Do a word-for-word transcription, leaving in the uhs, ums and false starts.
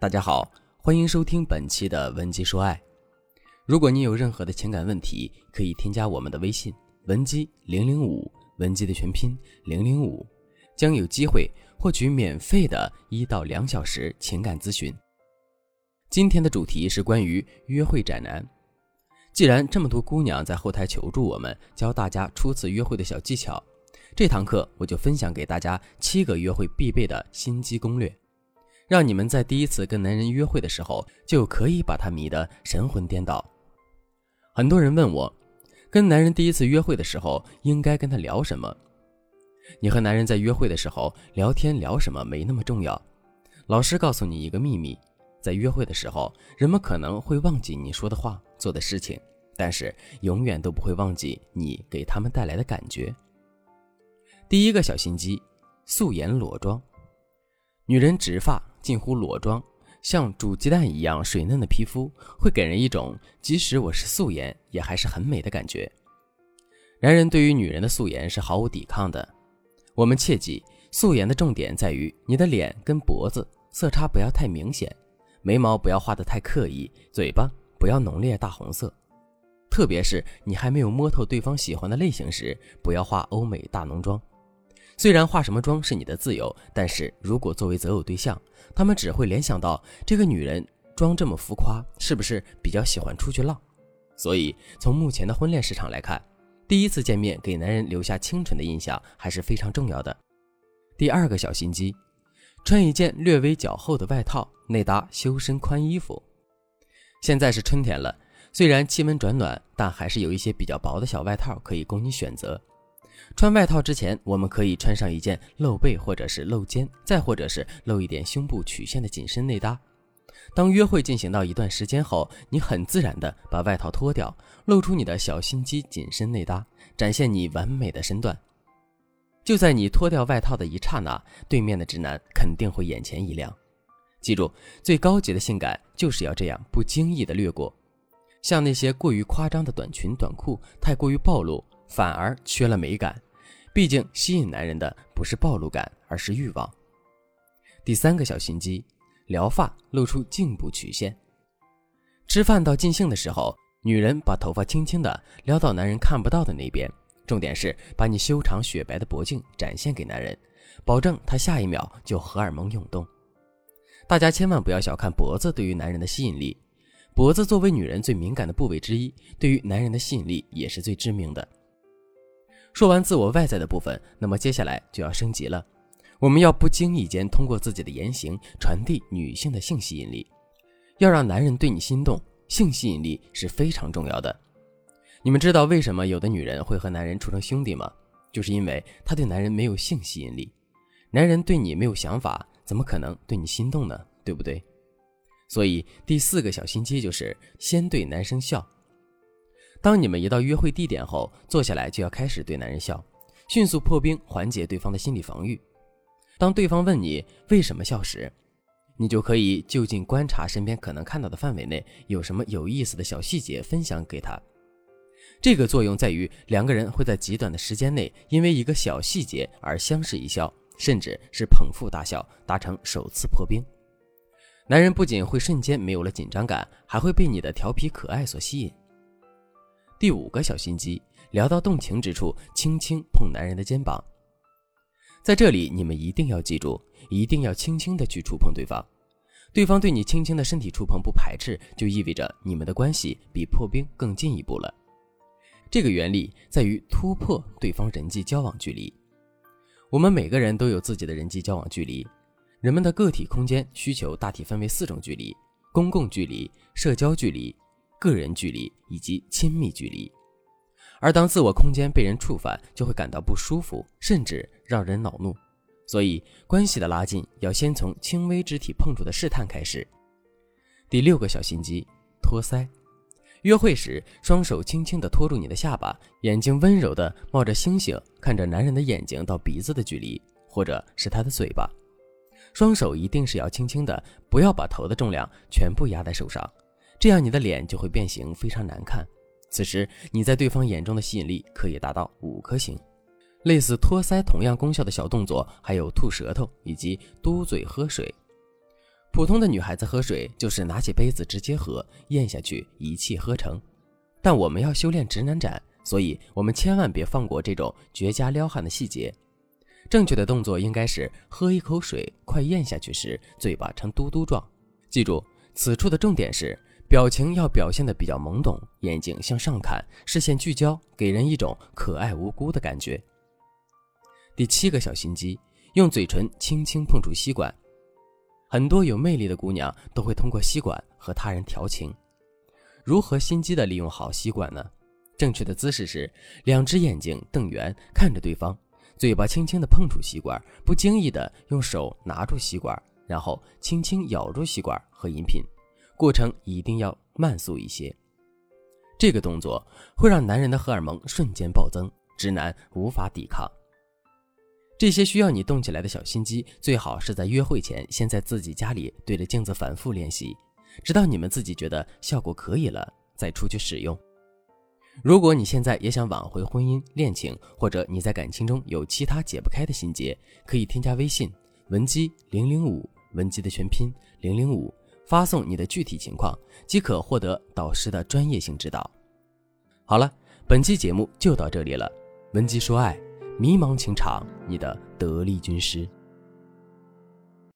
大家好，欢迎收听本期的文姬说爱。如果你有任何的情感问题，可以添加我们的微信文姬零零五，文姬的全拼零零五，将有机会获取免费的一到两小时情感咨询。今天的主题是关于约会宅男。既然这么多姑娘在后台求助我们，教大家初次约会的小技巧，这堂课我就分享给大家七个约会必备的心机攻略，让你们在第一次跟男人约会的时候就可以把他迷得神魂颠倒。很多人问我，跟男人第一次约会的时候应该跟他聊什么？你和男人在约会的时候聊天聊什么没那么重要。老师告诉你一个秘密，在约会的时候，人们可能会忘记你说的话做的事情，但是永远都不会忘记你给他们带来的感觉。第一个小心机，素颜裸妆。女人直发近乎裸妆，像煮鸡蛋一样水嫩的皮肤，会给人一种即使我是素颜也还是很美的感觉。男人对于女人的素颜是毫无抵抗的。我们切记，素颜的重点在于你的脸跟脖子色差不要太明显，眉毛不要画得太刻意，嘴巴不要浓烈大红色。特别是你还没有摸透对方喜欢的类型时，不要画欧美大浓妆。虽然化什么妆是你的自由，但是如果作为择偶对象，他们只会联想到这个女人妆这么浮夸，是不是比较喜欢出去浪？所以从目前的婚恋市场来看，第一次见面给男人留下清纯的印象还是非常重要的。第二个小心机，穿一件略微较厚的外套，内搭修身宽衣服。现在是春天了，虽然气温转暖，但还是有一些比较薄的小外套可以供你选择。穿外套之前，我们可以穿上一件露背或者是露肩，再或者是露一点胸部曲线的紧身内搭。当约会进行到一段时间后，你很自然地把外套脱掉，露出你的小心机紧身内搭，展现你完美的身段。就在你脱掉外套的一刹那，对面的直男肯定会眼前一亮。记住，最高级的性感就是要这样不经意地掠过。像那些过于夸张的短裙短裤，太过于暴露，反而缺了美感。毕竟吸引男人的不是暴露感，而是欲望。第三个小心机，撩发露出颈部曲线。吃饭到尽兴的时候，女人把头发轻轻地撩到男人看不到的那边，重点是把你修长雪白的脖颈展现给男人，保证他下一秒就荷尔蒙涌动。大家千万不要小看脖子对于男人的吸引力，脖子作为女人最敏感的部位之一，对于男人的吸引力也是最致命的。说完自我外在的部分，那么接下来就要升级了。我们要不经意间通过自己的言行传递女性的性吸引力，要让男人对你心动，性吸引力是非常重要的。你们知道为什么有的女人会和男人处成兄弟吗？就是因为她对男人没有性吸引力。男人对你没有想法，怎么可能对你心动呢？对不对？所以第四个小心机就是先对男生笑。当你们一到约会地点后，坐下来就要开始对男人笑，迅速破冰，缓解对方的心理防御。当对方问你为什么笑时，你就可以就近观察身边可能看到的范围内有什么有意思的小细节分享给他。这个作用在于两个人会在极短的时间内因为一个小细节而相视一笑，甚至是捧腹大笑，达成首次破冰。男人不仅会瞬间没有了紧张感，还会被你的调皮可爱所吸引。第五个小心机，聊到动情之处，轻轻碰男人的肩膀。在这里你们一定要记住，一定要轻轻地去触碰对方。对方对你轻轻的身体触碰不排斥，就意味着你们的关系比破冰更进一步了。这个原理在于突破对方人际交往距离。我们每个人都有自己的人际交往距离，人们的个体空间需求大体分为四种距离：公共距离、社交距离、个人距离以及亲密距离。而当自我空间被人触犯，就会感到不舒服，甚至让人恼怒。所以关系的拉近要先从轻微肢体碰触的试探开始。第六个小心机，托腮。约会时，双手轻轻地托住你的下巴，眼睛温柔地冒着星星看着男人的眼睛到鼻子的距离，或者是他的嘴巴。双手一定是要轻轻的，不要把头的重量全部压在手上，这样你的脸就会变形，非常难看。此时你在对方眼中的吸引力可以达到五颗星。类似托腮同样功效的小动作还有吐舌头以及嘟嘴喝水。 普通的女孩子喝水就是拿起杯子直接喝，咽下去一气呵成。但我们要修炼直男斩，所以我们千万别放过这种绝佳撩汉的细节。正确的动作应该是喝一口水，快咽下去时嘴巴呈嘟嘟状。记住，此处的重点是表情要表现得比较懵懂，眼睛向上看，视线聚焦，给人一种可爱无辜的感觉。第七个小心机，用嘴唇轻轻碰触吸管。很多有魅力的姑娘都会通过吸管和他人调情。如何心机地利用好吸管呢？正确的姿势是两只眼睛瞪圆，看着对方，嘴巴轻轻地碰触吸管，不经意地用手拿住吸管，然后轻轻咬住吸管和饮品，过程一定要慢速一些。这个动作会让男人的荷尔蒙瞬间暴增，直男无法抵抗。这些需要你动起来的小心机，最好是在约会前先在自己家里对着镜子反复练习，直到你们自己觉得效果可以了，再出去使用。如果你现在也想挽回婚姻恋情，或者你在感情中有其他解不开的心结，可以添加微信文姬零零五，文姬的全拼零零五，发送你的具体情况，即可获得导师的专业性指导。好了，本期节目就到这里了。文姬说爱，迷茫情场，你的得力军师。